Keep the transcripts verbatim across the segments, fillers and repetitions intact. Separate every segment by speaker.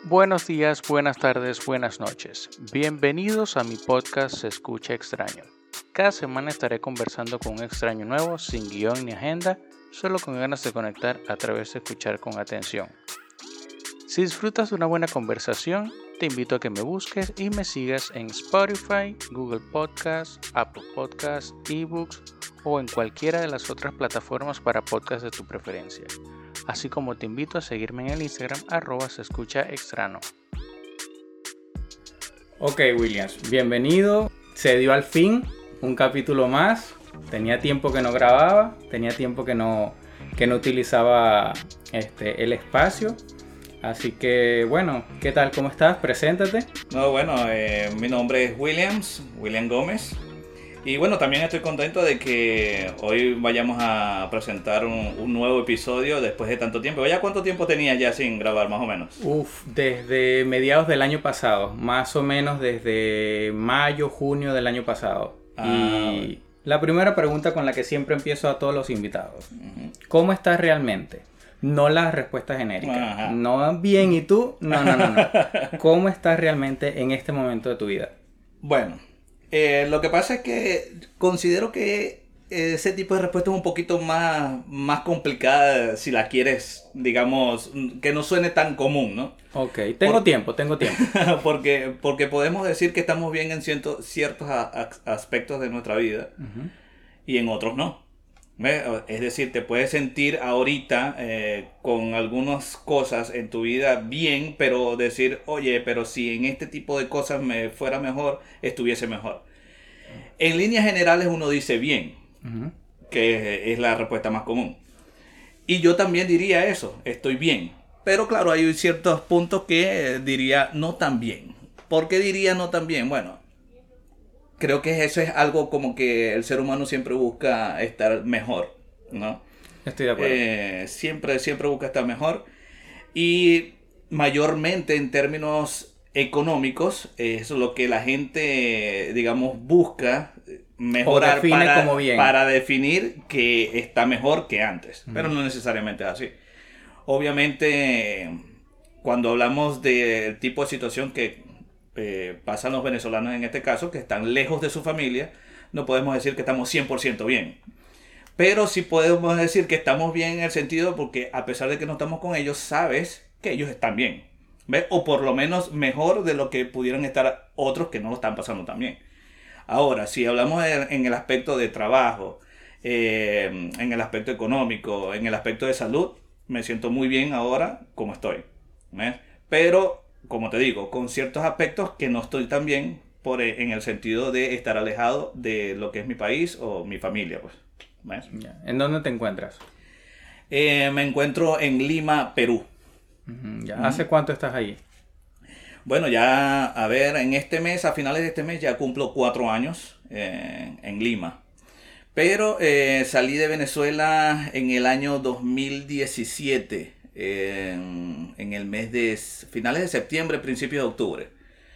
Speaker 1: Buenos días, buenas tardes, buenas noches. Bienvenidos a mi podcast Se Escucha Extraño. Cada semana estaré conversando con un extraño nuevo, sin guión ni agenda, solo con ganas de conectar a través de escuchar con atención. Si disfrutas de una buena conversación, te invito a que me busques y me sigas en Spotify, Google Podcasts, Apple Podcasts, eBooks o en cualquiera de las otras plataformas para podcasts de tu preferencia. Así como te invito a seguirme en el Instagram arroba se escucha extraño.
Speaker 2: Ok, Williams, bienvenido. Se dio al fin un capítulo más. Tenía tiempo que no grababa, tenía tiempo que no, que no utilizaba este, el espacio. Así que, bueno, ¿qué tal? ¿Cómo estás? Preséntate.
Speaker 3: No, bueno, eh, mi nombre es Williams, William Gómez. Y bueno, también estoy contento de que hoy vayamos a presentar un, un nuevo episodio después de tanto tiempo. ¿Ya cuánto tiempo tenías ya sin grabar, más o menos?
Speaker 2: Uf, desde mediados del año pasado, más o menos desde mayo, junio del año pasado.
Speaker 3: Ah,
Speaker 2: y
Speaker 3: bueno.
Speaker 2: La primera pregunta con la que siempre empiezo a todos los invitados.
Speaker 3: Uh-huh.
Speaker 2: ¿Cómo estás realmente? No las respuestas genéricas.
Speaker 3: Ajá.
Speaker 2: No bien, ¿y tú? No, no, no, no. ¿Cómo estás realmente en este momento de tu vida?
Speaker 3: Bueno, eh, lo que pasa es que considero que ese tipo de respuesta es un poquito más, más complicada si la quieres, digamos, que no suene tan común, ¿no?
Speaker 2: Ok, tengo
Speaker 3: Por-
Speaker 2: tiempo, tengo tiempo.
Speaker 3: porque, porque podemos decir que estamos bien en ciento- ciertos a- a- aspectos de nuestra vida
Speaker 2: Ujú.
Speaker 3: y en otros no. ¿Ves? Es decir, te puedes sentir ahorita eh, con algunas cosas en tu vida bien, pero decir, oye, pero si en este tipo de cosas me fuera mejor, estuviese mejor. En líneas generales uno dice bien,
Speaker 2: Ujú.
Speaker 3: que es la respuesta más común. Y yo también diría eso, estoy bien. Pero claro, hay ciertos puntos que eh, diría no tan bien. ¿Por qué diría no tan bien? Bueno, creo que eso es algo como que el ser humano siempre busca estar mejor, ¿no?
Speaker 2: Estoy de acuerdo.
Speaker 3: Eh, siempre, siempre busca estar mejor. Y mayormente en términos económicos, es lo que la gente, digamos, busca mejorar
Speaker 2: define
Speaker 3: para,
Speaker 2: como bien.
Speaker 3: para definir que está mejor que antes.
Speaker 2: Ujú.
Speaker 3: Pero no necesariamente es así. Obviamente, cuando hablamos del tipo de situación que eh, pasan los venezolanos en este caso, que están lejos de su familia, no podemos decir que estamos cien por ciento bien. Pero sí podemos decir que estamos bien en el sentido porque a pesar de que no estamos con ellos, sabes que ellos están bien. ¿Ves? O por lo menos mejor de lo que pudieran estar otros que no lo están pasando tan bien. Ahora, si hablamos en, en el aspecto de trabajo, eh, en el aspecto económico, en el aspecto de salud, me siento muy bien ahora como estoy. ¿Ves? Pero, como te digo, con ciertos aspectos que no estoy tan bien por, en el sentido de estar alejado de lo que es mi país o mi familia, pues. ¿Ves?
Speaker 2: Ya. ¿En dónde te encuentras?
Speaker 3: Eh, me encuentro en Lima, Perú.
Speaker 2: Ujú, ya.
Speaker 3: Ujú.
Speaker 2: ¿Hace cuánto estás ahí?
Speaker 3: Bueno, ya, a ver, en este mes, a finales de este mes, ya cumplo cuatro años eh, en Lima. Pero eh, salí de Venezuela en el año dos mil diecisiete, en, en el mes de s- finales de septiembre, principios de octubre.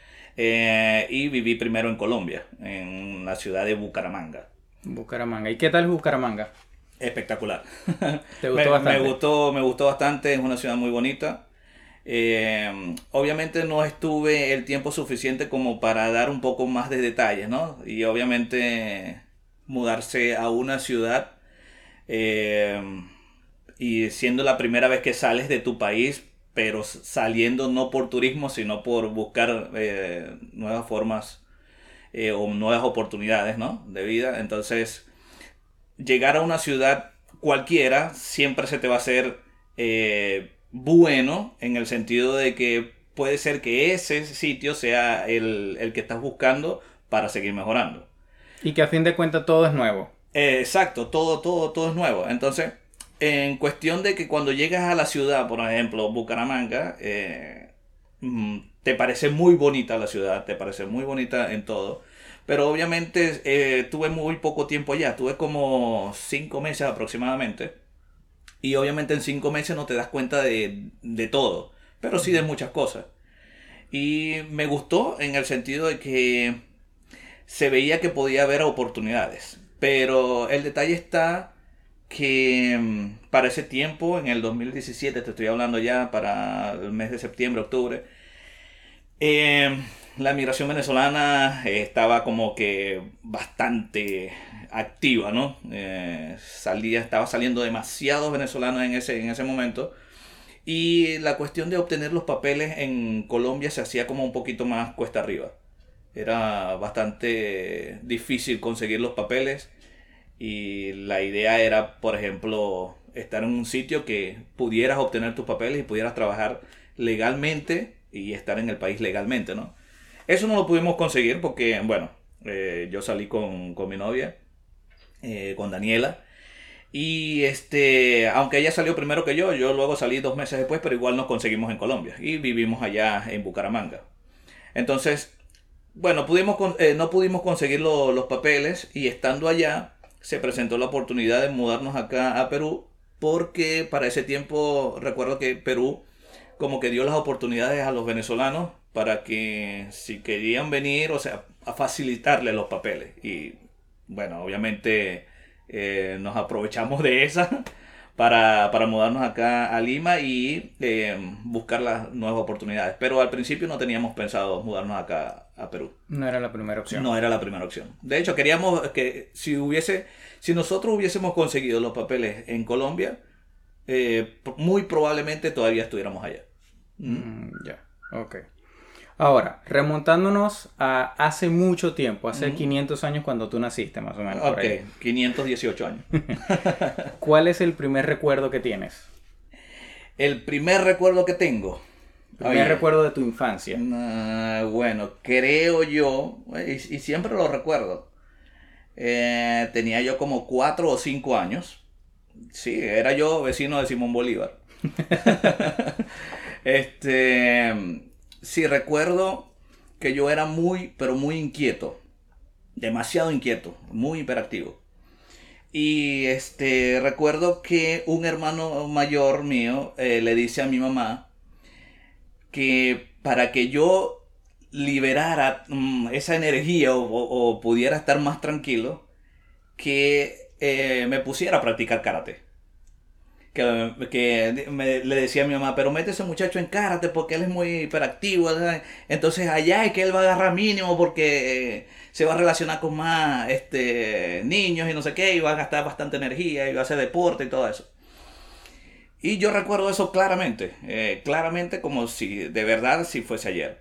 Speaker 3: Eh, y viví primero en Colombia, en la ciudad de Bucaramanga.
Speaker 2: Bucaramanga. ¿Y qué tal Bucaramanga?
Speaker 3: Espectacular.
Speaker 2: ¿Te gustó
Speaker 3: me,
Speaker 2: bastante?
Speaker 3: me gustó, me gustó bastante, es una ciudad muy bonita. Eh, obviamente no estuve el tiempo suficiente como para dar un poco más de detalles, ¿no? Y obviamente mudarse a una ciudad eh, y siendo la primera vez que sales de tu país, pero s- saliendo no por turismo, sino por buscar eh, nuevas formas eh, o nuevas oportunidades, ¿no? De vida. Entonces, llegar a una ciudad cualquiera siempre se te va a hacer eh, bueno en el sentido de que puede ser que ese sitio sea el, el que estás buscando para seguir mejorando.
Speaker 2: Y que a fin de cuentas todo es nuevo.
Speaker 3: Eh, exacto, todo, todo, todo es nuevo. Entonces, en cuestión de que cuando llegas a la ciudad, por ejemplo, Bucaramanga, eh, mm, te parece muy bonita la ciudad, te parece muy bonita en todo. Pero obviamente eh, tuve muy poco tiempo allá, tuve como cinco meses aproximadamente. Y obviamente en cinco meses no te das cuenta de, de todo, pero sí de muchas cosas. Y me gustó en el sentido de que se veía que podía haber oportunidades. Pero el detalle está que mm, para ese tiempo, en el dos mil diecisiete, te estoy hablando ya para el mes de septiembre, octubre, Eh, la migración venezolana eh, estaba como que bastante activa, ¿no? Eh, salía, estaba saliendo demasiados venezolanos en ese, en ese momento. Y la cuestión de obtener los papeles en Colombia se hacía como un poquito más cuesta arriba. Era bastante difícil conseguir los papeles. Y la idea era, por ejemplo, estar en un sitio que pudieras obtener tus papeles y pudieras trabajar legalmente y estar en el país legalmente, ¿no? Eso no lo pudimos conseguir porque, bueno, eh, yo salí con, con mi novia, eh, con Daniela. Y este, aunque ella salió primero que yo, yo luego salí dos meses después, pero igual nos conseguimos en Colombia y vivimos allá en Bucaramanga. Entonces, bueno, pudimos, eh, no pudimos conseguir lo, los papeles y estando allá se presentó la oportunidad de mudarnos acá a Perú porque para ese tiempo recuerdo que Perú como que dio las oportunidades a los venezolanos para que si querían venir, o sea, a facilitarles los papeles. Y bueno, obviamente eh, nos aprovechamos de esa para, para mudarnos acá a Lima y eh, buscar las nuevas oportunidades. Pero al principio no teníamos pensado mudarnos acá a Perú.
Speaker 2: No era la primera opción.
Speaker 3: No era la primera opción. De hecho, queríamos que si hubiese, si nosotros hubiésemos conseguido los papeles en Colombia, eh, muy probablemente todavía estuviéramos allá.
Speaker 2: Mm, ya, ok. Ahora, remontándonos a hace mucho tiempo, hace mm. quinientos años cuando tú naciste, más o menos.
Speaker 3: Ok, por ahí. quinientos dieciocho años.
Speaker 2: ¿Cuál es el primer recuerdo que tienes?
Speaker 3: El primer recuerdo que tengo.
Speaker 2: El primer Oye, recuerdo de tu infancia.
Speaker 3: Uh, bueno, creo yo, y, y siempre lo recuerdo. Eh, tenía yo como cuatro o cinco años. Sí, era yo vecino de Simón Bolívar. Este, sí, recuerdo que yo era muy, pero muy inquieto, demasiado inquieto, muy hiperactivo. Y este, recuerdo que un hermano mayor mío eh, le dice a mi mamá que para que yo liberara um, esa energía o, o, o pudiera estar más tranquilo, que eh, me pusiera a practicar karate. Que, que me, le decía a mi mamá, pero mete ese muchacho en karate porque él es muy hiperactivo, ¿sabes? Entonces allá es que él va a agarrar mínimo porque eh, se va a relacionar con más este, niños y no sé qué, y va a gastar bastante energía y va a hacer deporte y todo eso. Y yo recuerdo eso claramente, eh, claramente como si de verdad si fuese ayer.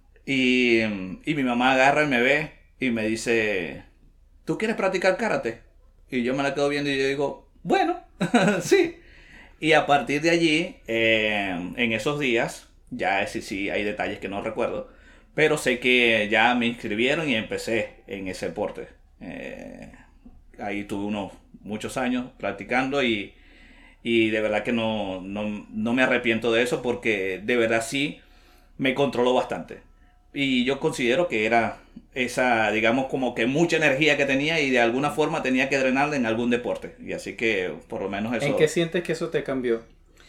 Speaker 3: Y, y mi mamá agarra y me ve y me dice, ¿tú quieres practicar karate? Y yo me la quedo viendo y yo digo, bueno, sí. Y a partir de allí, eh, en esos días, ya sí, sí, hay detalles que no recuerdo, pero sé que ya me inscribieron y empecé en ese deporte. Eh, ahí tuve unos muchos años practicando y, y de verdad que no, no, no me arrepiento de eso porque de verdad sí me controló bastante. Y yo considero que era esa, digamos, como que mucha energía que tenía y de alguna forma tenía que drenarla en algún deporte. Y así que por lo menos eso...
Speaker 2: ¿En qué sientes que eso te cambió?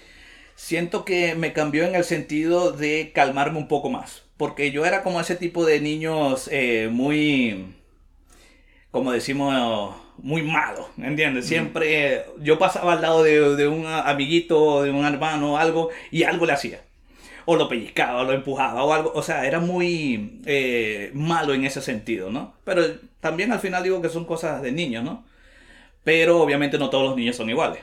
Speaker 3: Siento que me cambió en el sentido de calmarme un poco más. Porque yo era como ese tipo de niños eh, muy, como decimos, muy malo, ¿entiendes? Siempre mm. yo pasaba al lado de, de un amiguito, de un hermano o algo, y algo le hacía. O lo pellizcaba, o lo empujaba, o algo. O sea, era muy eh, malo en ese sentido, ¿no? Pero también al final digo que son cosas de niños, ¿no? Pero obviamente no todos los niños son iguales.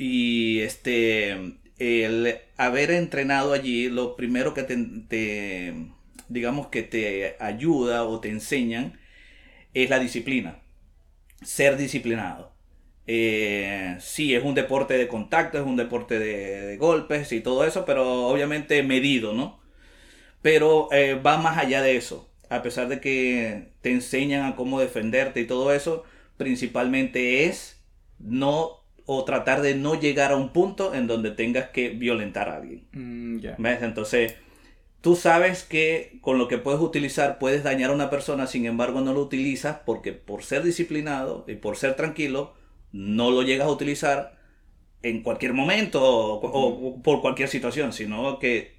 Speaker 3: Y este, el haber entrenado allí, lo primero que te, te digamos que te ayuda o te enseñan es la disciplina. Ser disciplinado. Eh, sí, es un deporte de contacto, es un deporte de, de golpes y todo eso, pero obviamente medido, ¿no? Pero eh, va más allá de eso. A pesar de que te enseñan a cómo defenderte y todo eso, principalmente es no o tratar de no llegar a un punto en donde tengas que violentar a alguien.
Speaker 2: Mm, yeah.
Speaker 3: ¿Ves? Entonces, tú sabes que con lo que puedes utilizar puedes dañar a una persona, sin embargo no lo utilizas porque por ser disciplinado y por ser tranquilo, no lo llegas a utilizar en cualquier momento o, o, o por cualquier situación, sino que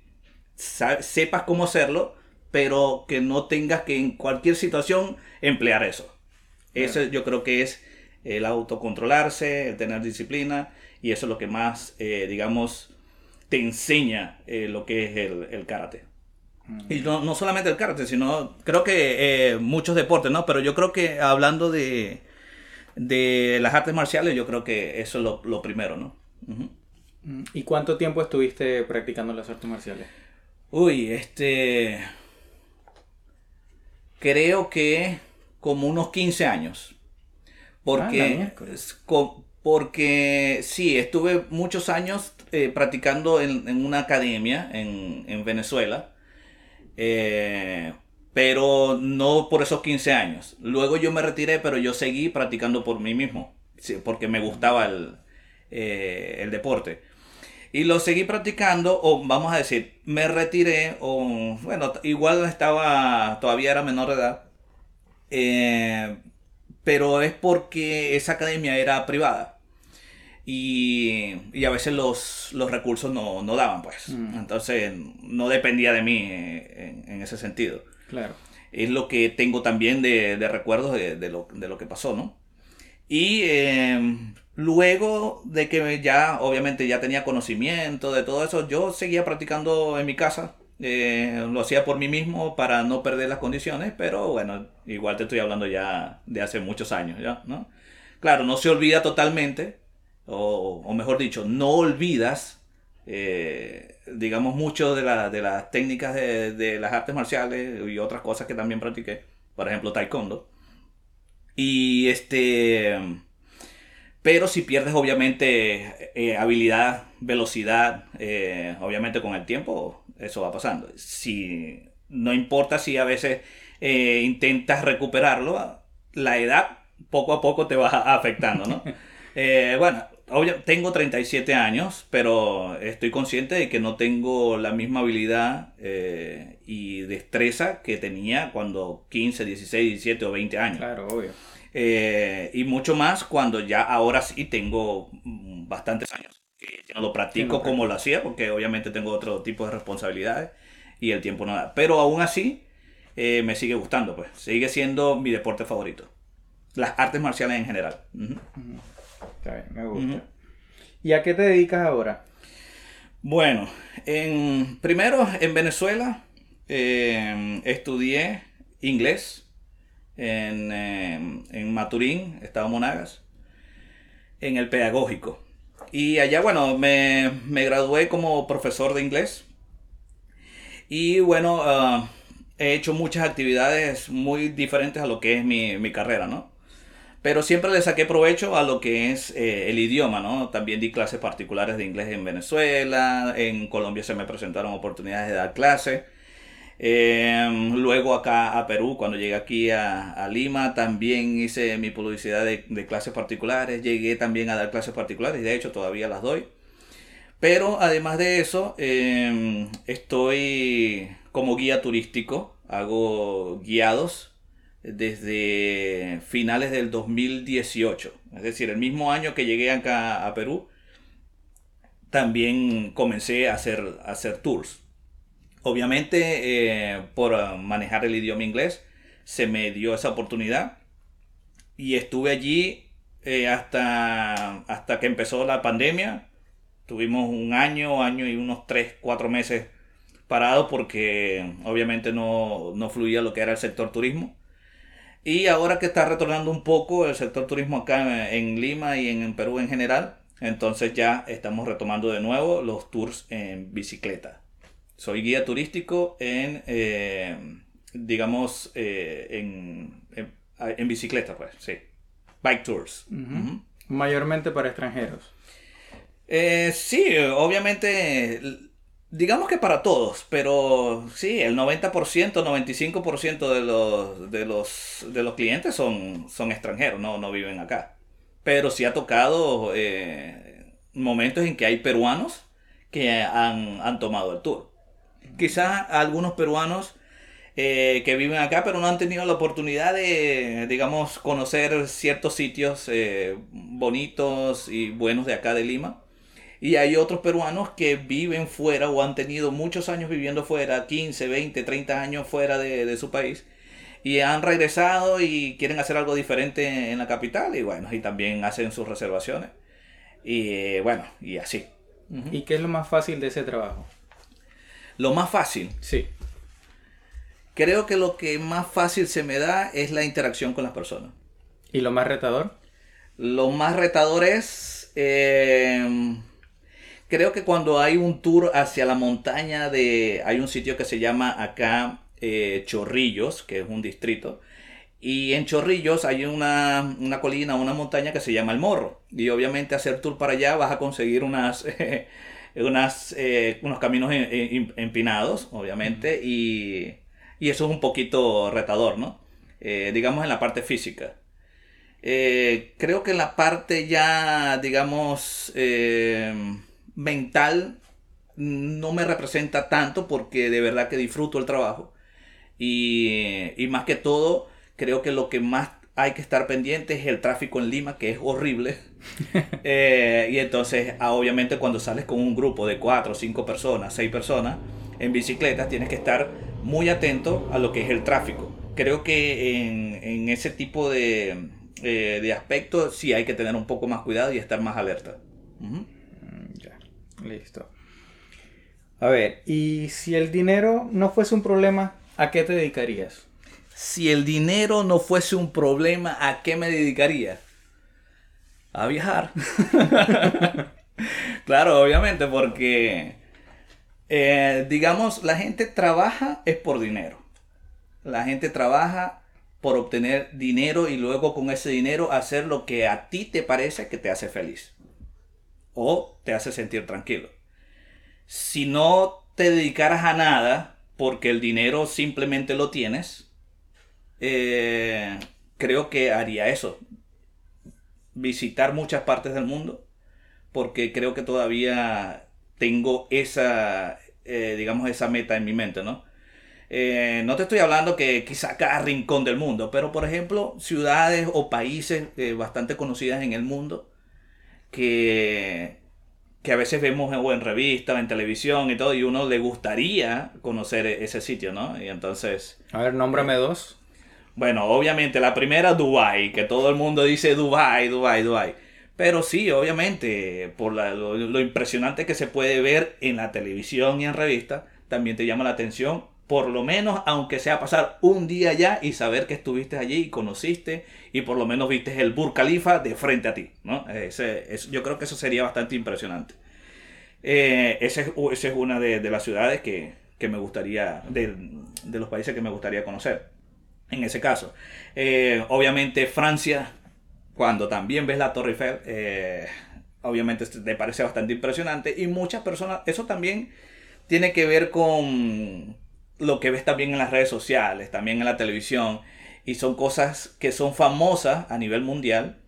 Speaker 3: sepas cómo hacerlo, pero que no tengas que en cualquier situación emplear eso. Eso yo creo que es el autocontrolarse, el tener disciplina, y eso es lo que más, eh, digamos, te enseña eh, lo que es el, el karate. Y no, no solamente el karate, sino creo que eh, muchos deportes, ¿no? Pero yo creo que hablando de, de las artes marciales, yo creo que eso es lo, lo primero, ¿no? Uh-huh.
Speaker 2: ¿Y cuánto tiempo estuviste practicando las artes marciales?
Speaker 3: Uy, este... Creo que como unos quince años. Porque... Ah, porque sí, estuve muchos años eh, practicando en, en una academia en, en Venezuela. Eh, pero no por esos quince años. Luego yo me retiré, pero yo seguí practicando por mí mismo. Sí, porque me gustaba el, eh, el deporte. Y lo seguí practicando, o vamos a decir, me retiré, o bueno, igual estaba, todavía era menor de edad, eh, pero es porque esa academia era privada y, y a veces los, los recursos no, no daban, pues. Mm. Entonces no dependía de mí en, en ese sentido.
Speaker 2: Claro.
Speaker 3: Es lo que tengo también de, de recuerdos de, de, lo, de lo que pasó, ¿no? Y... Eh, Luego de que ya, obviamente, ya tenía conocimiento de todo eso, yo seguía practicando en mi casa. Eh, lo hacía por mí mismo para no perder las condiciones, pero bueno, igual te estoy hablando ya de hace muchos años, ¿ya? ¿No? Claro, no se olvida totalmente, o, o mejor dicho, no olvidas, eh, digamos, mucho de, la, de las técnicas de, de las artes marciales y otras cosas que también practiqué, por ejemplo, taekwondo. Y este... Pero si pierdes obviamente eh, habilidad, velocidad, eh, obviamente con el tiempo eso va pasando. Si, no importa si a veces eh, intentas recuperarlo, la edad poco a poco te va afectando, ¿no? eh, bueno, obvio, tengo treinta y siete años, pero estoy consciente de que no tengo la misma habilidad eh, y destreza que tenía cuando quince, dieciséis, diecisiete o veinte años.
Speaker 2: Claro, obvio.
Speaker 3: Eh, y mucho más cuando ya ahora sí tengo bastantes años que ya no lo practico sí, no, como lo hacía, porque obviamente tengo otro tipo de responsabilidades y el tiempo no da, pero aún así eh, me sigue gustando, pues sigue siendo mi deporte favorito, las artes marciales en general. Uh-huh.
Speaker 2: Está bien, me gusta. Uh-huh. ¿Y a qué te dedicas ahora?
Speaker 3: Bueno, en, primero en Venezuela eh, estudié inglés En, eh, en Maturín, Estado Monagas, en el pedagógico. Y allá, bueno, me, me gradué como profesor de inglés. Y bueno, uh, he hecho muchas actividades muy diferentes a lo que es mi, mi carrera, ¿no? Pero siempre le saqué provecho a lo que es eh, el idioma, ¿no? También di clases particulares de inglés en Venezuela. En Colombia se me presentaron oportunidades de dar clases. Eh, luego acá a Perú, cuando llegué aquí a, a Lima, también hice mi publicidad de, de clases particulares. Llegué también a dar clases particulares, de hecho todavía las doy. Pero además de eso, eh, estoy como guía turístico. Hago guiados desde finales del dos mil dieciocho. Es decir, el mismo año que llegué acá a Perú, también comencé a hacer, a hacer tours. Obviamente, eh, por manejar el idioma inglés, se me dio esa oportunidad y estuve allí eh, hasta, hasta que empezó la pandemia. Tuvimos un año, año y unos tres, cuatro meses parados porque obviamente no, no fluía lo que era el sector turismo. Y ahora que está retornando un poco el sector turismo acá en, en Lima y en, en Perú en general, entonces ya estamos retomando de nuevo los tours en bicicleta. Soy guía turístico en, eh, digamos, eh, en, en, en bicicleta, pues, sí. Bike tours.
Speaker 2: Uh-huh. Uh-huh. Mayormente para extranjeros.
Speaker 3: Eh, sí, obviamente, digamos que para todos, pero sí, el noventa por ciento, noventa y cinco por ciento de los, de los, de los clientes son, son extranjeros, no, no viven acá. Pero sí ha tocado eh, momentos en que hay peruanos que han, han tomado el tour. Quizás algunos peruanos eh, que viven acá, pero no han tenido la oportunidad de, digamos, conocer ciertos sitios eh, bonitos y buenos de acá de Lima. Y hay otros peruanos que viven fuera o han tenido muchos años viviendo fuera, quince, veinte, treinta años fuera de, de su país. Y han regresado y quieren hacer algo diferente en la capital. Y bueno, y también hacen sus reservaciones. Y bueno, y así.
Speaker 2: Uh-huh. ¿Y qué es lo más fácil de ese trabajo?
Speaker 3: Lo más fácil.
Speaker 2: Sí.
Speaker 3: Creo que lo que más fácil se me da es la interacción con las personas.
Speaker 2: ¿Y lo más retador?
Speaker 3: Lo más retador es... Eh, creo que cuando hay un tour hacia la montaña de... Hay un sitio que se llama acá eh, Chorrillos, que es un distrito. Y en Chorrillos hay una, una colina, una montaña que se llama El Morro. Y obviamente hacer tour para allá vas a conseguir unas... Eh, unas eh, unos caminos en, en, empinados, obviamente. Y... Y eso es un poquito retador, ¿no? Eh, digamos en la parte física. Eh, creo que en la parte ya, digamos, eh, mental, no me representa tanto porque de verdad que disfruto el trabajo. Y, y más que todo, creo que lo que más hay que estar pendiente es el tráfico en Lima, que es horrible. eh, y entonces, ah, obviamente, cuando sales con un grupo de cuatro, cinco personas, seis personas en bicicletas, tienes que estar muy atento a lo que es el tráfico. Creo que en, en ese tipo de, eh, de aspectos sí hay que tener un poco más cuidado y estar más alerta. Uh-huh.
Speaker 2: Ya, listo. A ver, y si el dinero no fuese un problema, ¿a qué te dedicarías?
Speaker 3: Si el dinero no fuese un problema, ¿a qué me dedicaría? A viajar. Claro, obviamente, porque... Eh, digamos, la gente trabaja es por dinero. La gente trabaja por obtener dinero y luego con ese dinero hacer lo que a ti te parece que te hace feliz o te hace sentir tranquilo. Si no te dedicaras a nada porque el dinero simplemente lo tienes, eh, creo que haría eso. Visitar muchas partes del mundo porque creo que todavía... tengo esa, eh, digamos, esa meta en mi mente, ¿no? Eh, no te estoy hablando que quizá cada rincón del mundo, pero por ejemplo, ciudades o países eh, bastante conocidas en el mundo que, que a veces vemos o en revistas, en televisión y todo, y uno le gustaría conocer ese sitio, ¿no? Y entonces...
Speaker 2: A ver, nómbrame eh, dos.
Speaker 3: Bueno, obviamente la primera, Dubái, que todo el mundo dice Dubái, Dubái, Dubái. Pero sí, obviamente, por la, lo, lo impresionante que se puede ver en la televisión y en revistas, también te llama la atención, por lo menos, aunque sea pasar un día allá y saber que estuviste allí y conociste y por lo menos viste el Burj Khalifa de frente a ti, ¿no? Ese, es, yo creo que eso sería bastante impresionante. Eh, esa es, esa es una de, de las ciudades que, que me gustaría, de, de los países que me gustaría conocer, en ese caso. Eh, obviamente Francia... Cuando también ves la Torre Eiffel, eh, obviamente te parece bastante impresionante. Y muchas personas, eso también tiene que ver con lo que ves también en las redes sociales, también en la televisión. Y son cosas que son famosas a nivel mundial.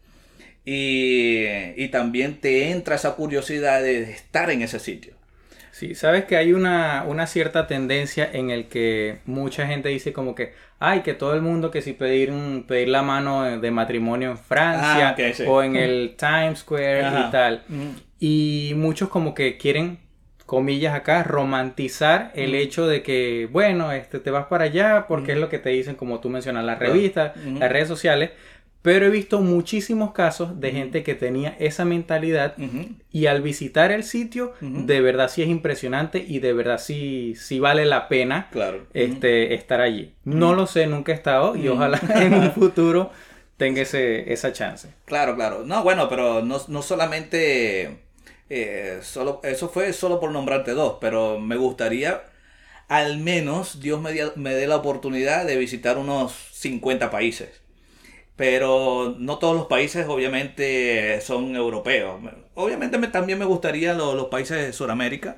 Speaker 3: Y, y también te entra esa curiosidad de estar en ese sitio.
Speaker 2: Sí, sabes que hay una, una cierta tendencia en el que mucha gente dice como que ay, que todo el mundo que si pedir un, pedir la mano de matrimonio en Francia
Speaker 3: ah, okay, sí.
Speaker 2: o en el Times Square Ajá. y tal. Mm. Y muchos como que quieren, comillas acá, romantizar el mm. hecho de que, bueno, este te vas para allá porque mm. es lo que te dicen, como tú mencionas, las revistas, mm. las redes sociales. Pero he visto muchísimos casos de uh-huh. gente que tenía esa mentalidad uh-huh. y al visitar el sitio, uh-huh. de verdad sí es impresionante y de verdad sí, sí vale la pena
Speaker 3: claro.
Speaker 2: este, uh-huh. estar allí. No uh-huh. lo sé, nunca he estado y uh-huh. ojalá en un futuro tenga ese, esa chance.
Speaker 3: Claro, claro. No, bueno, pero no, no solamente... Eh, solo, eso fue solo por nombrarte dos, pero me gustaría... Al menos Dios me, di, me dé la oportunidad de visitar unos cincuenta países. Pero no todos los países obviamente son europeos. Obviamente me, también me gustaría lo, los países de Sudamérica.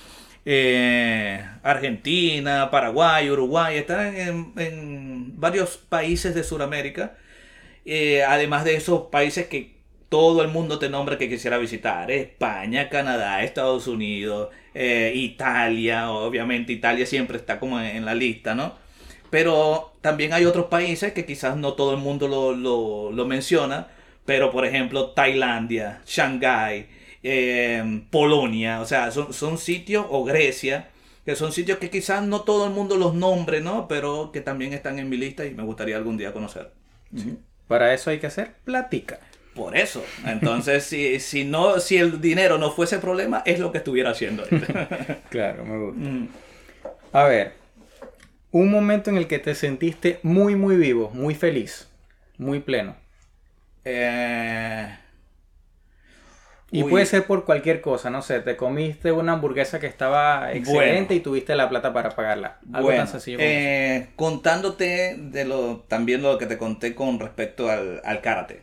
Speaker 3: Eh, Argentina, Paraguay, Uruguay. Están en, en varios países de Sudamérica. Eh, además de esos países que todo el mundo te nombra que quisiera visitar. España, Canadá, Estados Unidos, eh, Italia. Obviamente Italia siempre está como en, en la lista, ¿no? Pero también hay otros países que quizás no todo el mundo lo, lo, lo menciona, pero por ejemplo Tailandia, Shanghái, eh, Polonia, o sea, son, son sitios, o Grecia, que son sitios que quizás no todo el mundo los nombre, ¿no? Pero que también están en mi lista y me gustaría algún día conocer.
Speaker 2: Sí. Para eso hay que hacer plática.
Speaker 3: Por eso. Entonces, si, si, no, si el dinero no fuese problema, es lo que estuviera haciendo ahorita.
Speaker 2: Claro, me gusta. Mm. A ver. un momento en el que te sentiste muy, muy vivo, muy feliz, muy pleno.
Speaker 3: Eh...
Speaker 2: Y
Speaker 3: Uy.
Speaker 2: puede ser por cualquier cosa, no sé, te comiste una hamburguesa que estaba excelente
Speaker 3: Bueno.
Speaker 2: y tuviste la plata para pagarla. Algo
Speaker 3: Bueno,
Speaker 2: tan sencillo como
Speaker 3: eh,
Speaker 2: eso.
Speaker 3: contándote de lo también lo que te conté con respecto al, al karate.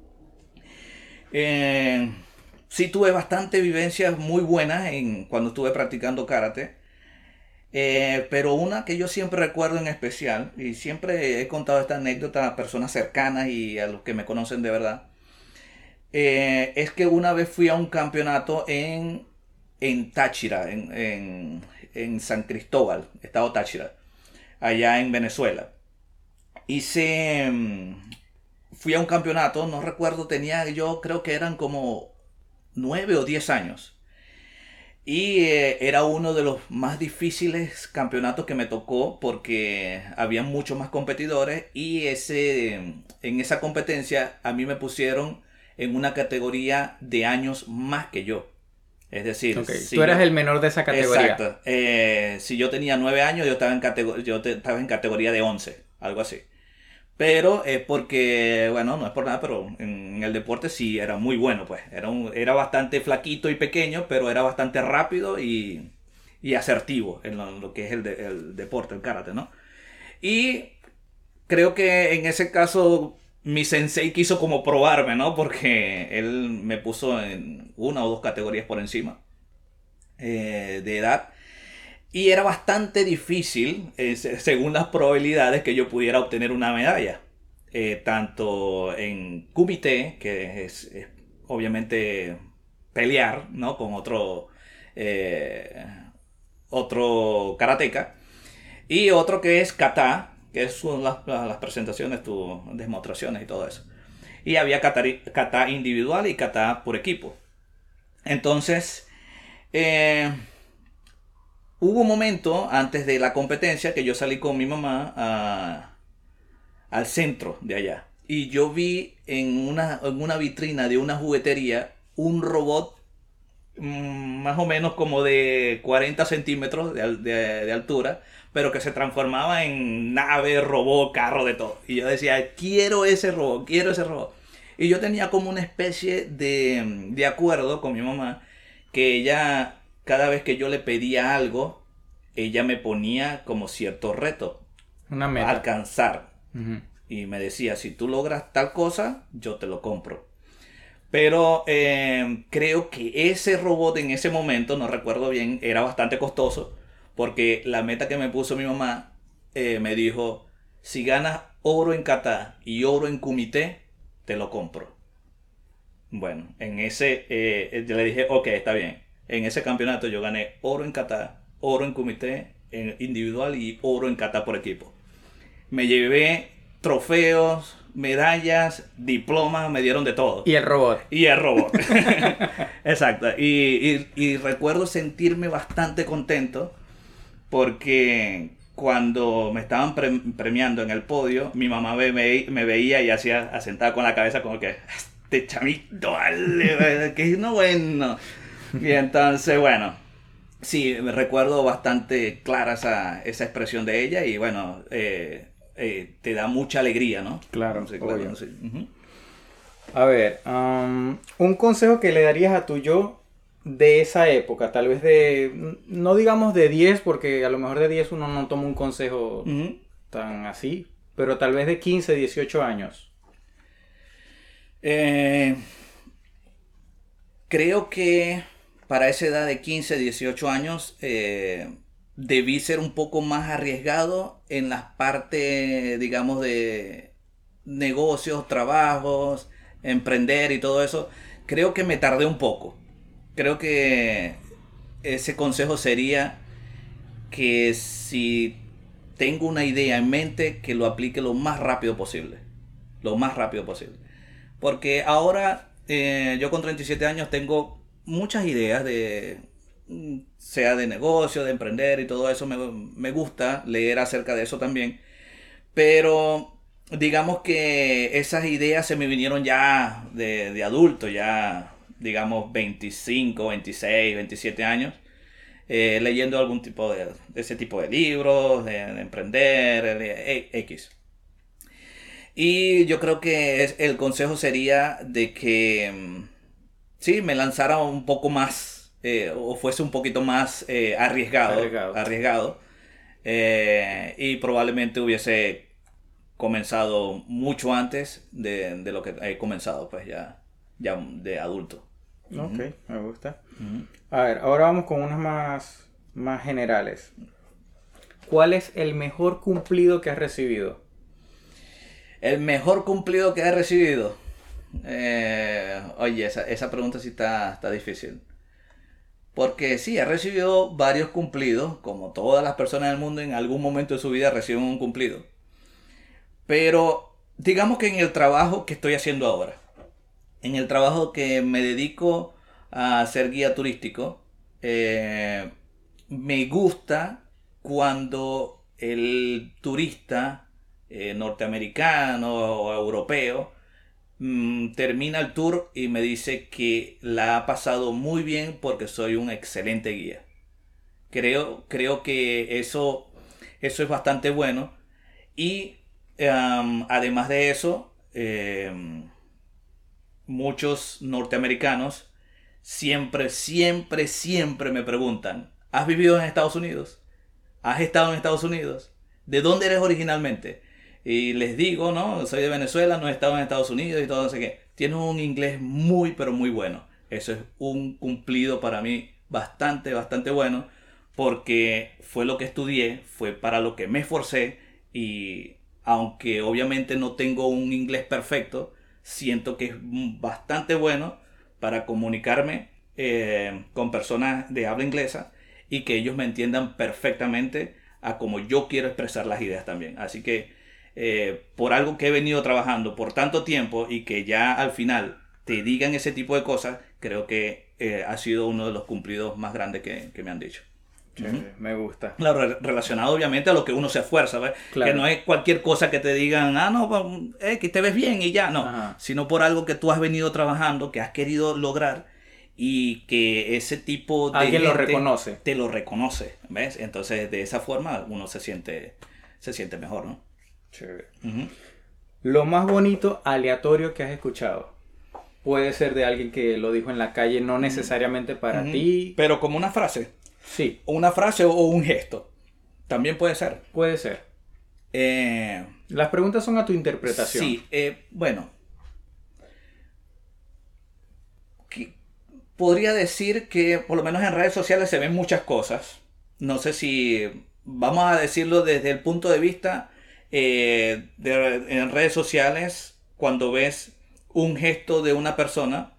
Speaker 3: Eh, sí tuve bastante vivencias muy buenas en, cuando estuve practicando karate. Eh, pero una que yo siempre recuerdo en especial, y siempre he contado esta anécdota a personas cercanas y a los que me conocen de verdad, eh, es que una vez fui a un campeonato en, en Táchira, en, en, en San Cristóbal, estado Táchira, allá en Venezuela. Hice, mm, fui a un campeonato, no recuerdo, tenía yo creo que eran como nueve o diez años. Y eh, era uno de los más difíciles campeonatos que me tocó porque había muchos más competidores y ese, en esa competencia a mí me pusieron en una categoría de años más que yo. Es decir,
Speaker 2: Okay.
Speaker 3: si
Speaker 2: Tú eras
Speaker 3: yo,
Speaker 2: el menor de esa categoría.
Speaker 3: Exacto. Eh, si yo tenía nueve años, yo estaba en, catego- yo te- estaba en categoría de once, algo así. Pero es porque, bueno, no es por nada, pero en el deporte sí era muy bueno, pues. Era, un, era bastante flaquito y pequeño, pero era bastante rápido y, y asertivo en lo, lo que es el, de, el deporte, el karate, ¿no? Y creo que en ese caso mi sensei quiso como probarme, ¿no? Porque él me puso en una o dos categorías por encima eh, de edad. Y era bastante difícil, eh, según las probabilidades, que yo pudiera obtener una medalla. Eh, tanto en kumite, que es, es obviamente pelear, ¿no? Con otro, eh, otro karateka. Y otro que es kata, que son las, las presentaciones, tus demostraciones y todo eso. Y había kata, kata individual y kata por equipo. Entonces... Eh, Hubo un momento antes de la competencia que yo salí con mi mamá a, al centro de allá. Y yo vi en una, en una vitrina de una juguetería un robot mmm, más o menos como de cuarenta centímetros de, de, de altura, pero que se transformaba en nave, robot, carro, de todo. Y yo decía, quiero ese robot, quiero ese robot. Y yo tenía como una especie de, de acuerdo con mi mamá que ella... Cada vez que yo le pedía algo, ella me ponía como cierto reto.
Speaker 2: Una meta.
Speaker 3: Alcanzar. Uh-huh. Y me decía, si tú logras tal cosa, yo te lo compro. Pero eh, creo que ese robot en ese momento, no recuerdo bien, era bastante costoso. Porque la meta que me puso mi mamá eh, me dijo, si ganas oro en kata y oro en kumite, te lo compro. Bueno, en ese eh, yo le dije, ok, está bien. En ese campeonato yo gané oro en kata, oro en kumite en individual y oro en kata por equipo. Me llevé trofeos, medallas, diplomas, me dieron de todo.
Speaker 2: Y el robot.
Speaker 3: Y el robot. Exacto. Y, y, y recuerdo sentirme bastante contento porque cuando me estaban pre- premiando en el podio, mi mamá me, me, me veía y hacía asentada con la cabeza como que, este chamito, vale, que no bueno. Y entonces, bueno, sí, me recuerdo bastante clara esa, esa expresión de ella y bueno, eh, eh, te da mucha alegría, ¿no?
Speaker 2: Claro,
Speaker 3: sí, claro
Speaker 2: obvio.
Speaker 3: sí. Uh-huh.
Speaker 2: A ver, um, un consejo que le darías a tu yo de esa época, tal vez de, no digamos de diez, porque a lo mejor de diez uno no toma un consejo uh-huh. tan así, pero tal vez de quince, dieciocho años.
Speaker 3: Eh, creo que... Para esa edad de quince, dieciocho años, eh, debí ser un poco más arriesgado en las partes, digamos, de negocios, trabajos, emprender y todo eso. Creo que me tardé un poco. Creo que ese consejo sería que si tengo una idea en mente, que lo aplique lo más rápido posible. Lo más rápido posible. Porque ahora, eh, yo con treinta y siete años tengo... muchas ideas de sea de negocio, de emprender y todo eso. Me, me gusta leer acerca de eso también, pero digamos que esas ideas se me vinieron ya de, de adulto, ya digamos veinticinco, veintiséis, veintisiete años. eh, leyendo algún tipo de, ese tipo de libros, de, de emprender, de, X. Y yo creo que es, el consejo sería de que sí, me lanzara un poco más, eh, o fuese un poquito más eh, arriesgado,
Speaker 2: Arriesgado.
Speaker 3: arriesgado eh, y probablemente hubiese comenzado mucho antes de, de lo que he comenzado, pues ya, ya de adulto.
Speaker 2: Ok,
Speaker 3: Uh-huh.
Speaker 2: me gusta.
Speaker 3: Uh-huh.
Speaker 2: A ver, ahora vamos con unas más, más generales. ¿Cuál es el mejor cumplido que has recibido?
Speaker 3: El mejor cumplido que he recibido. Eh, oye, esa, esa pregunta sí está, está difícil. Porque sí, he recibido varios cumplidos, como todas las personas del mundo en algún momento de su vida reciben un cumplido. Pero digamos que en el trabajo que estoy haciendo ahora, en el trabajo que me dedico a ser guía turístico, eh, me gusta cuando el turista eh, norteamericano o europeo mmm, termina el tour y me dice que la ha pasado muy bien porque soy un excelente guía. Creo, creo que eso, eso es bastante bueno. Y um, además de eso, eh, muchos norteamericanos siempre, siempre, siempre me preguntan: ¿has vivido en Estados Unidos? ¿Has estado en Estados Unidos? ¿De dónde eres originalmente? Y les digo, no, soy de Venezuela, no he estado en Estados Unidos y todo, no sé qué. Tienes un inglés muy, pero muy bueno. Eso es un cumplido para mí bastante, bastante bueno, porque fue lo que estudié, fue para lo que me esforcé, y aunque obviamente no tengo un inglés perfecto, siento que es bastante bueno para comunicarme eh, con personas de habla inglesa y que ellos me entiendan perfectamente a como yo quiero expresar las ideas también. Así que eh, por algo que he venido trabajando por tanto tiempo y que ya al final te digan ese tipo de cosas, creo que eh, ha sido uno de los cumplidos más grandes que, que me han dicho.
Speaker 2: Chévere, uh-huh. Me gusta.
Speaker 3: Claro, re- relacionado obviamente a lo que uno se esfuerza, ¿ves?
Speaker 2: Claro.
Speaker 3: Que no es cualquier cosa que te digan, ah, no, eh, que te ves bien y ya, no.
Speaker 2: Ajá.
Speaker 3: Sino por algo que tú has venido trabajando, que has querido lograr y que ese tipo de
Speaker 2: alguien lo
Speaker 3: gente
Speaker 2: reconoce.
Speaker 3: Te lo reconoce, ¿ves? Entonces de esa forma uno se siente, se siente mejor, ¿no?
Speaker 2: Chévere.
Speaker 3: Uh-huh.
Speaker 2: Lo más bonito aleatorio que has escuchado. Puede ser de alguien que lo dijo en la calle, no necesariamente para
Speaker 3: uh-huh.
Speaker 2: ti.
Speaker 3: Pero como una frase.
Speaker 2: Sí.
Speaker 3: Una frase o un gesto. También puede ser.
Speaker 2: Puede ser.
Speaker 3: Eh,
Speaker 2: Las preguntas son a tu interpretación.
Speaker 3: Sí, eh, bueno. Podría decir que por lo menos en redes sociales se ven muchas cosas. No sé si vamos a decirlo desde el punto de vista eh, de, en redes sociales, cuando ves un gesto de una persona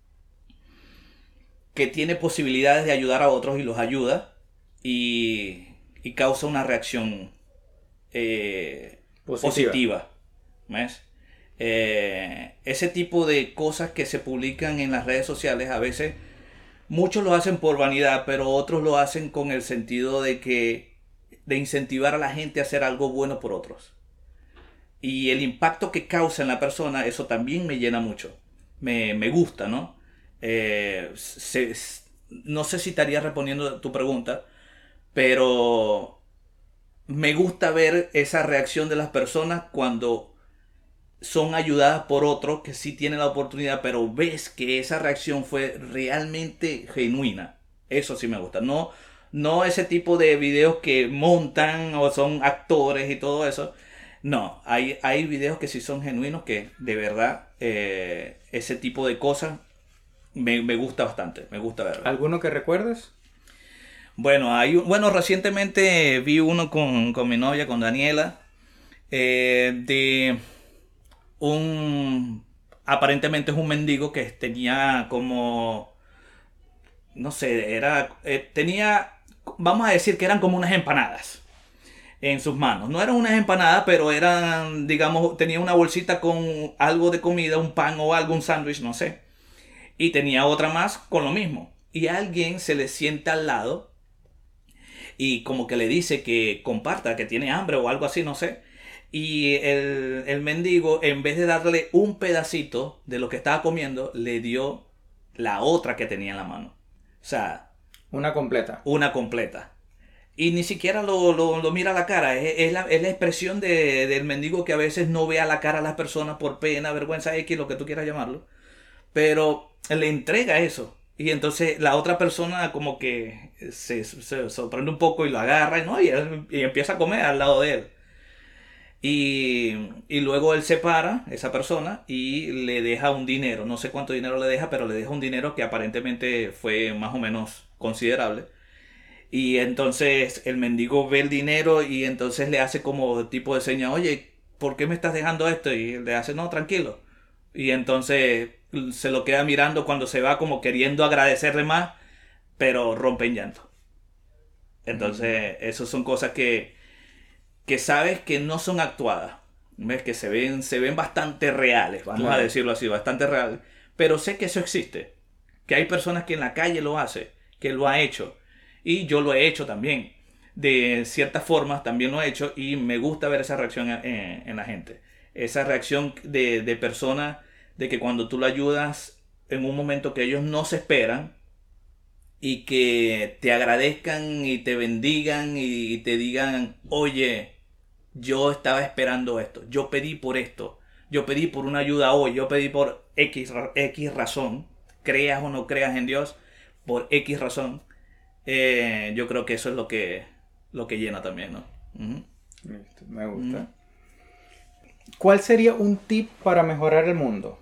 Speaker 3: que tiene posibilidades de ayudar a otros y los ayuda y, y causa una reacción eh,
Speaker 2: positiva.
Speaker 3: positiva, ¿ves? Eh, ese tipo de cosas que se publican en las redes sociales, a veces muchos lo hacen por vanidad, pero otros lo hacen con el sentido de que de incentivar a la gente a hacer algo bueno por otros. Y el impacto que causa en la persona, eso también me llena mucho. Me, me gusta, ¿no? Eh, se, no sé si estaría respondiendo tu pregunta, pero me gusta ver esa reacción de las personas cuando son ayudadas por otros que sí tienen la oportunidad, pero ves que esa reacción fue realmente genuina. Eso sí me gusta. No, no ese tipo de videos que montan o son actores y todo eso. No, hay, hay videos que sí son genuinos, que de verdad eh, ese tipo de cosas me, me gusta bastante. Me gusta verlo.
Speaker 2: ¿Alguno que recuerdes?
Speaker 3: Bueno, hay, bueno, recientemente vi uno con, con mi novia, con Daniela, eh, de un, aparentemente es un mendigo que tenía como, no sé, era, eh, tenía, vamos a decir que eran como unas empanadas en sus manos. No eran unas empanadas, pero eran, digamos, tenía una bolsita con algo de comida, un pan o algo, un sándwich, no sé. Y tenía otra más con lo mismo. Y alguien se le sienta al lado y como que le dice que comparta, que tiene hambre o algo así, no sé. Y el, el mendigo, en vez de darle un pedacito de lo que estaba comiendo, le dio la otra que tenía en la mano. O sea,
Speaker 2: Una completa.
Speaker 3: Una completa. Y ni siquiera lo, lo, lo mira a la cara. Es, es, la, es la expresión de, del mendigo que a veces no ve a la cara a las personas por pena, vergüenza X, lo que tú quieras llamarlo. Pero le entrega eso. Y entonces la otra persona como que se, se sorprende un poco y lo agarra, ¿no? y, él, y empieza a comer al lado de él. Y, y luego él se para, esa persona, y le deja un dinero. No sé cuánto dinero le deja, pero le deja un dinero que aparentemente fue más o menos considerable. Y entonces el mendigo ve el dinero y entonces le hace como tipo de seña, oye, ¿por qué me estás dejando esto? Y él le hace, no, tranquilo. Y entonces se lo queda mirando cuando se va como queriendo agradecerle más, pero rompe en llanto. Entonces, esas son cosas que, que sabes que no son actuadas. ¿Ves? Que se ven, se ven bastante reales, vamos claro. a decirlo así, bastante reales. Pero sé que eso existe. Que hay personas que en la calle lo hacen, que lo ha hecho. Y yo lo he hecho también. De ciertas formas también lo he hecho y me gusta ver esa reacción en, en la gente. Esa reacción de, de personas de que cuando tú lo ayudas en un momento que ellos no se esperan y que te agradezcan y te bendigan y te digan, oye, yo estaba esperando esto, yo pedí por esto, yo pedí por una ayuda hoy, yo pedí por X, X razón, creas o no creas en Dios, por X razón. Eh, yo creo que eso es lo que, lo que llena también, ¿no? Uh-huh.
Speaker 2: Me gusta. Uh-huh. ¿Cuál sería un tip para mejorar el mundo?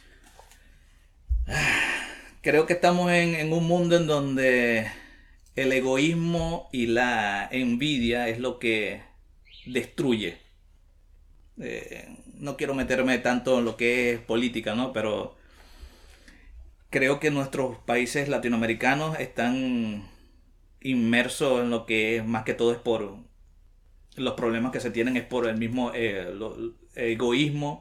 Speaker 3: Creo que estamos en, en un mundo en donde el egoísmo y la envidia es lo que destruye. Eh, no quiero meterme tanto en lo que es política, ¿no? Pero creo que nuestros países latinoamericanos están inmersos en lo que es, más que todo es por los problemas que se tienen, es por el mismo eh, lo, el egoísmo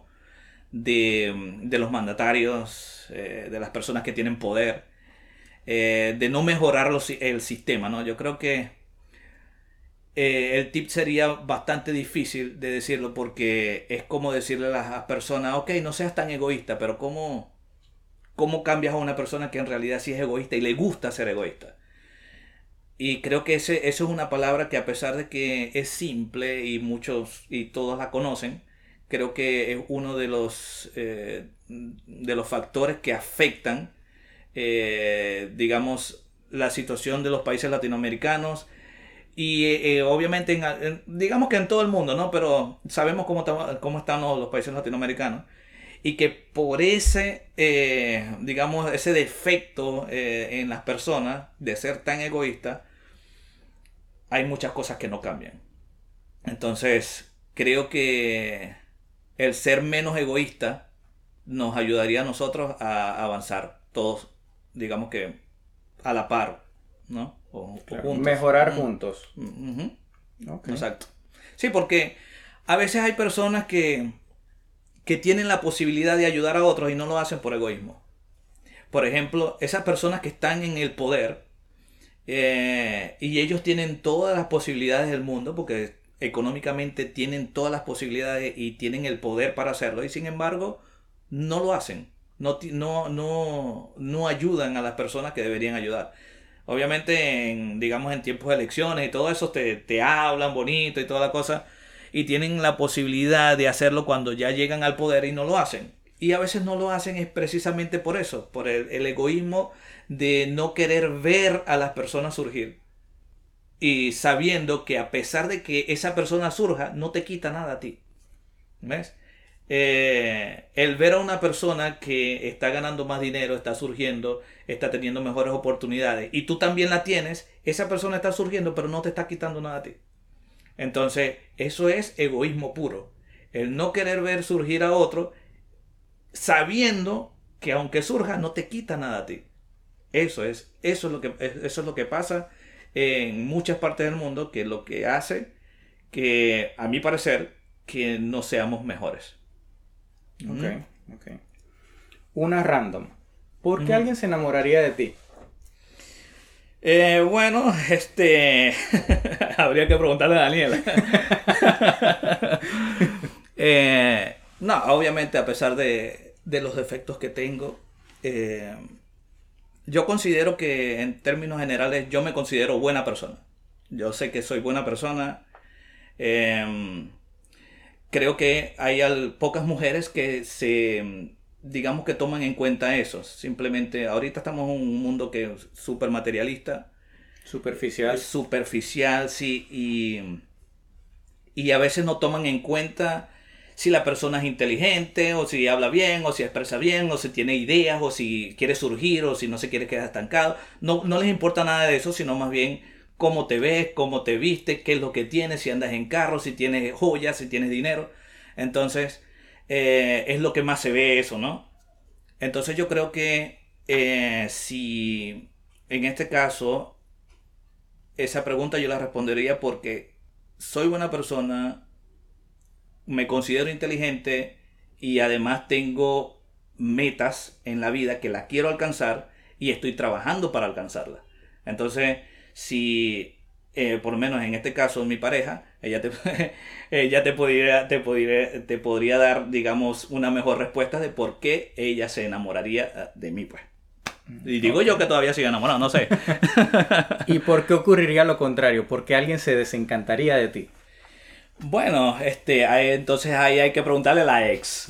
Speaker 3: de, de los mandatarios, eh, de las personas que tienen poder, eh, de no mejorar los, el sistema, ¿no? Yo creo que eh, el tip sería bastante difícil de decirlo porque es como decirle a las personas, ok, no seas tan egoísta, pero ¿cómo, cómo cambias a una persona que en realidad sí es egoísta y le gusta ser egoísta? Y creo que ese, eso es una palabra que a pesar de que es simple y muchos y todos la conocen, creo que es uno de los, eh, de los factores que afectan, eh, digamos, la situación de los países latinoamericanos y eh, obviamente, en, en, digamos que en todo el mundo, ¿no? Pero sabemos cómo, cómo están los, los países latinoamericanos y que por ese, eh, digamos, ese defecto eh, en las personas de ser tan egoístas, hay muchas cosas que no cambian. Entonces, creo que el ser menos egoísta nos ayudaría a nosotros a avanzar todos, digamos que a la par, ¿no? O,
Speaker 2: claro, o juntos. Mejorar uh-huh. juntos.
Speaker 3: Uh-huh. Okay. Exacto. Sí, porque a veces hay personas que, que tienen la posibilidad de ayudar a otros y no lo hacen por egoísmo. Por ejemplo, esas personas que están en el poder eh, y ellos tienen todas las posibilidades del mundo porque económicamente tienen todas las posibilidades y tienen el poder para hacerlo y sin embargo no lo hacen, no, no, no, no ayudan a las personas que deberían ayudar. Obviamente, en, digamos en tiempos de elecciones y todo eso te, te hablan bonito y toda la cosa y tienen la posibilidad de hacerlo cuando ya llegan al poder y no lo hacen. Y a veces no lo hacen es precisamente por eso, por el, el egoísmo de no querer ver a las personas surgir. Y sabiendo que a pesar de que esa persona surja, no te quita nada a ti. ¿Ves? Eh, el ver a una persona que está ganando más dinero, está surgiendo, está teniendo mejores oportunidades y tú también la tienes, esa persona está surgiendo pero no te está quitando nada a ti. Entonces, eso es egoísmo puro. El no querer ver surgir a otro sabiendo que aunque surja no te quita nada a ti. Eso es, eso es lo que, eso es lo que pasa en muchas partes del mundo, que es lo que hace que, a mi parecer, que no seamos mejores.
Speaker 2: Ok, mm. ok. Una random. ¿Por qué mm. alguien se enamoraría de ti?
Speaker 3: Eh, bueno, este... habría que preguntarle a Daniela. eh, no, obviamente a pesar de, de los defectos que tengo, eh, yo considero que en términos generales yo me considero buena persona. Yo sé que soy buena persona. Eh, creo que hay al, pocas mujeres que se, digamos que toman en cuenta eso. Simplemente, ahorita estamos en un mundo que es súper materialista.
Speaker 2: Superficial.
Speaker 3: Superficial, sí. Y, y a veces no toman en cuenta si la persona es inteligente, o si habla bien, o si expresa bien, o si tiene ideas, o si quiere surgir, o si no se quiere quedar estancado. No, no les importa nada de eso, sino más bien cómo te ves, cómo te vistes, qué es lo que tienes, si andas en carro, si tienes joyas, si tienes dinero. Entonces, eh, es lo que más se ve eso, ¿no? Entonces yo creo que eh, si en este caso, esa pregunta yo la respondería porque soy buena persona, me considero inteligente y además tengo metas en la vida que las quiero alcanzar y estoy trabajando para alcanzarlas. Entonces, si eh, por lo menos en este caso mi pareja, ella te, ella te, podría, te, podría, te podría dar, digamos, una mejor respuesta de por qué ella se enamoraría de mí, pues. Y digo okay. Yo que todavía sigo enamorado, no sé.
Speaker 2: ¿Y por qué ocurriría lo contrario? ¿Por qué alguien se desencantaría de ti?
Speaker 3: Bueno, este, hay, entonces ahí hay que preguntarle a la ex.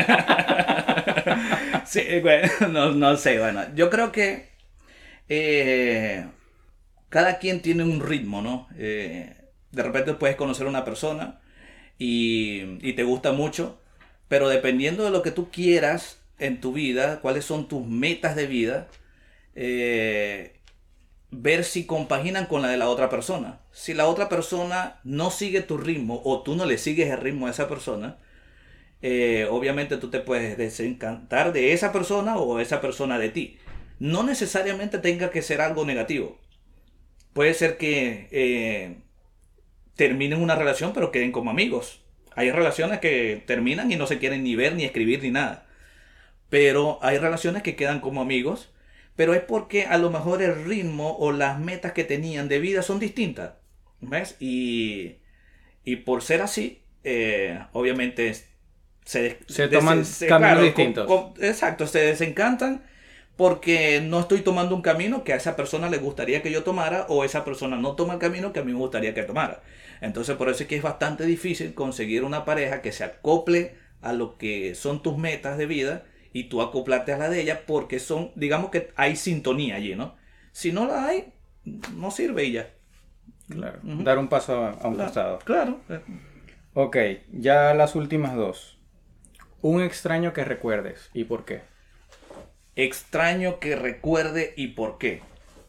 Speaker 3: Sí, bueno, no, no sé, bueno, yo creo que eh, cada quien tiene un ritmo, ¿no? Eh, de repente puedes conocer a una persona y, y te gusta mucho, pero dependiendo de lo que tú quieras en tu vida, cuáles son tus metas de vida, eh, ver si compaginan con la de la otra persona. Si la otra persona no sigue tu ritmo o tú no le sigues el ritmo a esa persona, eh, obviamente tú te puedes desencantar de esa persona o esa persona de ti. No necesariamente tenga que ser algo negativo. Puede ser que eh, terminen una relación pero queden como amigos. Hay relaciones que terminan y no se quieren ni ver, ni escribir, ni nada. Pero hay relaciones que quedan como amigos. Pero es porque a lo mejor el ritmo o las metas que tenían de vida son distintas. ¿Ves? Y, y por ser así, eh, obviamente se,
Speaker 2: se toman
Speaker 3: se,
Speaker 2: caminos
Speaker 3: claro,
Speaker 2: distintos.
Speaker 3: Con, con, exacto, se desencantan porque no estoy tomando un camino que a esa persona le gustaría que yo tomara o esa persona no toma el camino que a mí me gustaría que tomara. Entonces por eso es que es bastante difícil conseguir una pareja que se acople a lo que son tus metas de vida y tú acoplarte a la de ella porque son, digamos que hay sintonía allí, ¿no? Si no la hay, no sirve y ya.
Speaker 2: Claro, uh-huh. Dar un paso a, a un
Speaker 3: claro,
Speaker 2: costado.
Speaker 3: Claro.
Speaker 2: Ok, ya las últimas dos. Un extraño que recuerdes, ¿y por qué?
Speaker 3: Extraño que recuerde y por qué.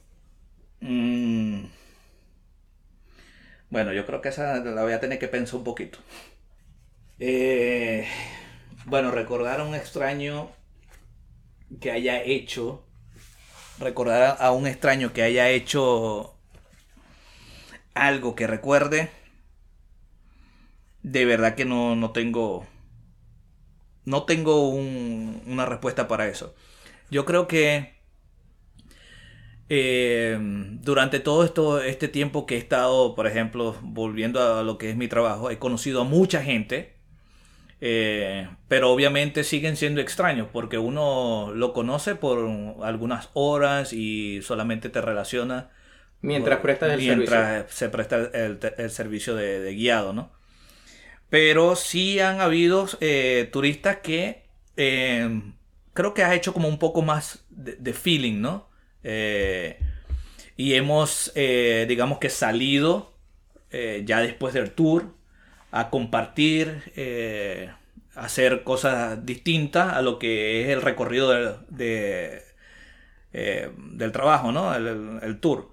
Speaker 3: Mm. Bueno, yo creo que esa la voy a tener que pensar un poquito. Eh... Bueno, recordar a un extraño que haya hecho, recordar a un extraño que haya hecho algo que recuerde, de verdad que no, no tengo, no tengo un, una respuesta para eso. Yo creo que eh, durante todo esto, este tiempo que he estado, por ejemplo, volviendo a lo que es mi trabajo, he conocido a mucha gente. Eh, pero obviamente siguen siendo extraños porque uno lo conoce por algunas horas y solamente te relaciona
Speaker 2: mientras
Speaker 3: por,
Speaker 2: prestas el
Speaker 3: mientras
Speaker 2: servicio.
Speaker 3: se presta el, el servicio de, de guiado, ¿no? Pero sí han habido eh, turistas que eh, creo que ha hecho como un poco más de, de feeling, ¿no? Eh, y hemos, eh, digamos que salido eh, ya después del tour a compartir, eh, hacer cosas distintas a lo que es el recorrido de, de, eh, del trabajo, ¿no? El, el, el tour.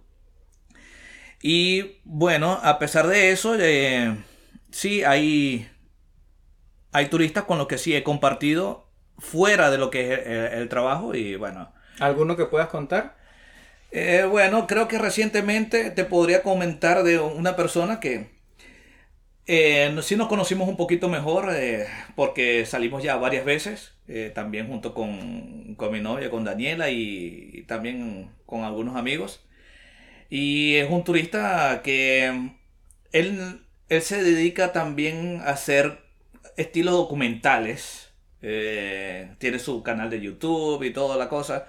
Speaker 3: Y bueno, a pesar de eso, eh, sí hay, hay turistas con los que sí he compartido fuera de lo que es el, el trabajo y bueno.
Speaker 2: ¿Alguno que puedas contar?
Speaker 3: Eh, bueno, creo que recientemente te podría comentar de una persona que Eh, sí nos conocimos un poquito mejor eh, porque salimos ya varias veces, eh, también junto con, con mi novia, con Daniela y, y también con algunos amigos. Y es un turista que él, él se dedica también a hacer estilos documentales. Eh, tiene su canal de YouTube y toda la cosa.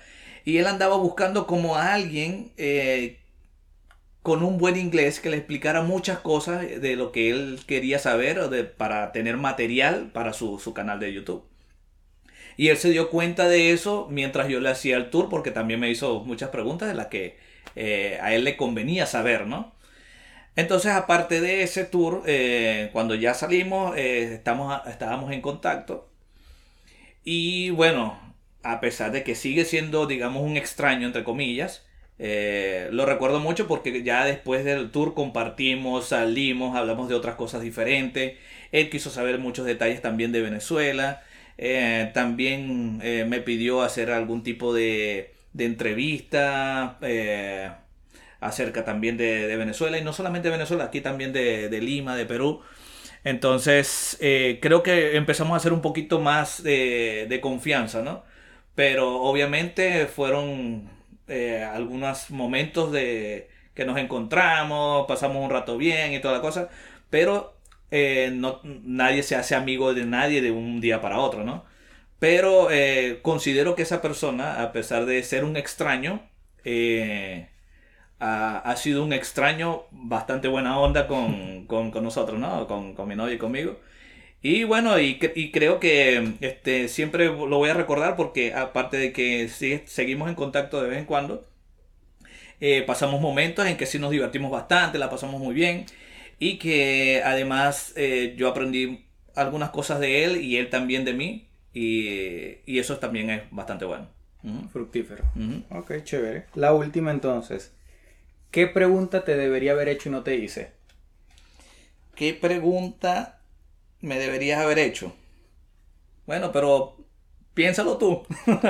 Speaker 3: Y él andaba buscando como a alguien eh, con un buen inglés que le explicara muchas cosas de lo que él quería saber o de, para tener material para su, su canal de YouTube. Y él se dio cuenta de eso mientras yo le hacía el tour, porque también me hizo muchas preguntas de las que eh, a él le convenía saber, ¿no? Entonces, aparte de ese tour, eh, cuando ya salimos, eh, estamos, estábamos en contacto. Y bueno, a pesar de que sigue siendo, digamos, un extraño, entre comillas, eh, lo recuerdo mucho porque ya después del tour compartimos, salimos, hablamos de otras cosas diferentes. Él quiso saber muchos detalles también de Venezuela. Eh, también eh, me pidió hacer algún tipo de, de entrevista eh, acerca también de, de Venezuela, y no solamente de Venezuela, aquí también de, de Lima, de Perú. Entonces eh, creo que empezamos a hacer un poquito más de, de confianza, ¿no? Pero obviamente fueron eh, algunos momentos de que nos encontramos, pasamos un rato bien y toda la cosa, pero Eh, no, nadie se hace amigo de nadie de un día para otro, ¿no? Pero eh, considero que esa persona, a pesar de ser un extraño, eh, ha, ha sido un extraño bastante buena onda con, con, con nosotros, ¿no? Con, con mi novia y conmigo. Y bueno, y, y creo que este, siempre lo voy a recordar porque aparte de que sí, seguimos en contacto de vez en cuando, eh, pasamos momentos en que sí nos divertimos bastante, la pasamos muy bien. Y que además eh, yo aprendí algunas cosas de él y él también de mí. Y, y eso también es bastante bueno.
Speaker 2: Uh-huh. Fructífero.
Speaker 3: Uh-huh.
Speaker 2: Ok, chévere. La última entonces. ¿Qué pregunta te debería haber hecho y no te hice?
Speaker 3: ¿Qué pregunta me deberías haber hecho? Bueno, pero piénsalo tú.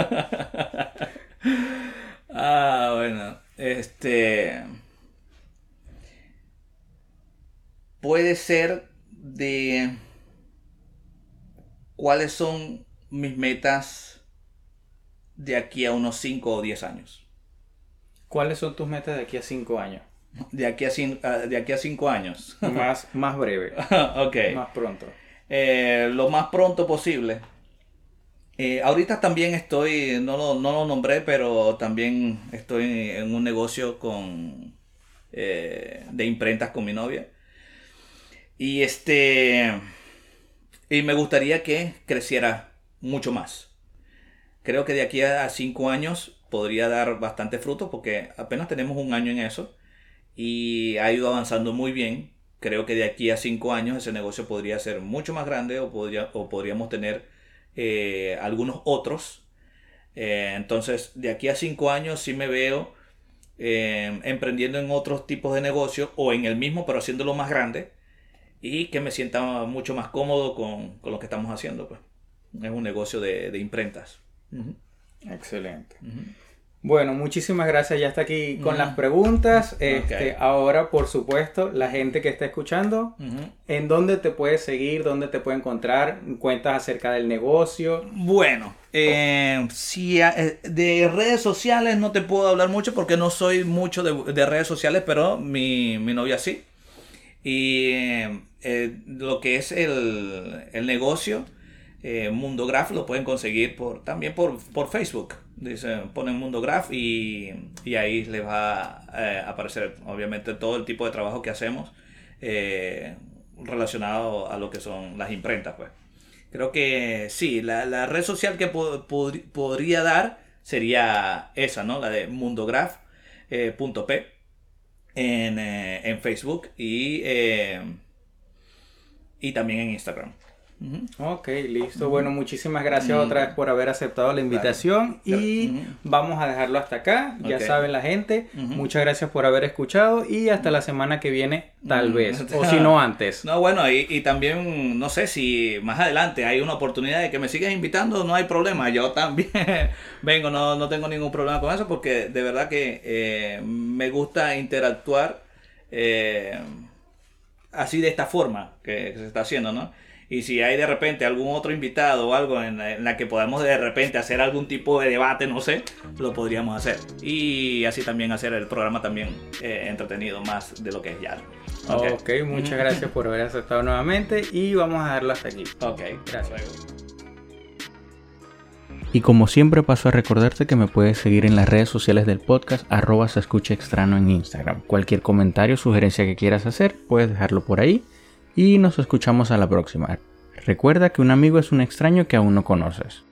Speaker 3: Ah, bueno. Este... Puede ser de cuáles son mis metas de aquí a unos cinco o diez años.
Speaker 2: ¿Cuáles son tus metas de aquí a cinco años?
Speaker 3: De aquí a cinco, de aquí a cinco años.
Speaker 2: Más, más breve.
Speaker 3: Ok.
Speaker 2: Más pronto.
Speaker 3: Eh, lo más pronto posible. Eh, ahorita también estoy, no lo, no lo nombré, pero también estoy en un negocio con, eh, de imprentas con mi novia. Y este y me gustaría que creciera mucho más. Creo que de aquí a cinco años podría dar bastante fruto porque apenas tenemos un año en eso y ha ido avanzando muy bien. Creo que de aquí a cinco años ese negocio podría ser mucho más grande o, podría, o podríamos tener eh, algunos otros. Eh, entonces, de aquí a cinco años sí me veo eh, emprendiendo en otros tipos de negocios o en el mismo, pero haciéndolo más grande. Y que me sienta mucho más cómodo con, con lo que estamos haciendo. Pues. Es un negocio de, de imprentas. Uh-huh.
Speaker 2: Excelente.
Speaker 3: Uh-huh.
Speaker 2: Bueno, muchísimas gracias. Ya está aquí con
Speaker 3: uh-huh.
Speaker 2: las preguntas. Este,
Speaker 3: okay.
Speaker 2: Ahora, por supuesto, la gente que está escuchando, uh-huh. ¿en dónde te puede seguir? ¿Dónde te puede encontrar? ¿Cuentas acerca del negocio?
Speaker 3: Bueno, eh, si eh, de redes sociales no te puedo hablar mucho porque no soy mucho de, de redes sociales, pero mi, mi novia sí. Y eh, lo que es el, el negocio, eh, Mundograph, lo pueden conseguir por, también por, por Facebook. Dice, ponen Mundograph y, y ahí les va a eh, aparecer obviamente todo el tipo de trabajo que hacemos eh, relacionado a lo que son las imprentas. Pues. Creo que sí, la, la red social que po- pod- podría dar sería esa, ¿no? La de Mundograph punto p. Eh, En, eh, en Facebook y, eh, y también en Instagram.
Speaker 2: Uh-huh. Ok, listo. Uh-huh. Bueno, muchísimas gracias uh-huh. otra vez por haber aceptado la invitación. Claro. Y uh-huh. vamos a dejarlo hasta acá. Ya okay. saben la gente. Uh-huh. Muchas gracias por haber escuchado y hasta la semana que viene, tal uh-huh. vez. O si no antes.
Speaker 3: No, bueno, y, y también, no sé si más adelante hay una oportunidad de que me sigas invitando, no hay problema. Yo también vengo, no, no tengo ningún problema con eso porque de verdad que eh, me gusta interactuar eh, así de esta forma que, que se está haciendo, ¿no? Y si hay de repente algún otro invitado o algo en la, en la que podamos de repente hacer algún tipo de debate, no sé, lo podríamos hacer. Y así también hacer el programa también eh, entretenido más de lo que es ya.
Speaker 2: Ok, okay, muchas gracias por haber aceptado nuevamente y vamos a dejarlo hasta aquí.
Speaker 3: Ok,
Speaker 2: gracias.
Speaker 1: Y como siempre paso a recordarte que me puedes seguir en las redes sociales del podcast arroba se escucha extraño en Instagram. Cualquier comentario o sugerencia que quieras hacer puedes dejarlo por ahí y nos escuchamos a la próxima. Recuerda que un amigo es un extraño que aún no conoces.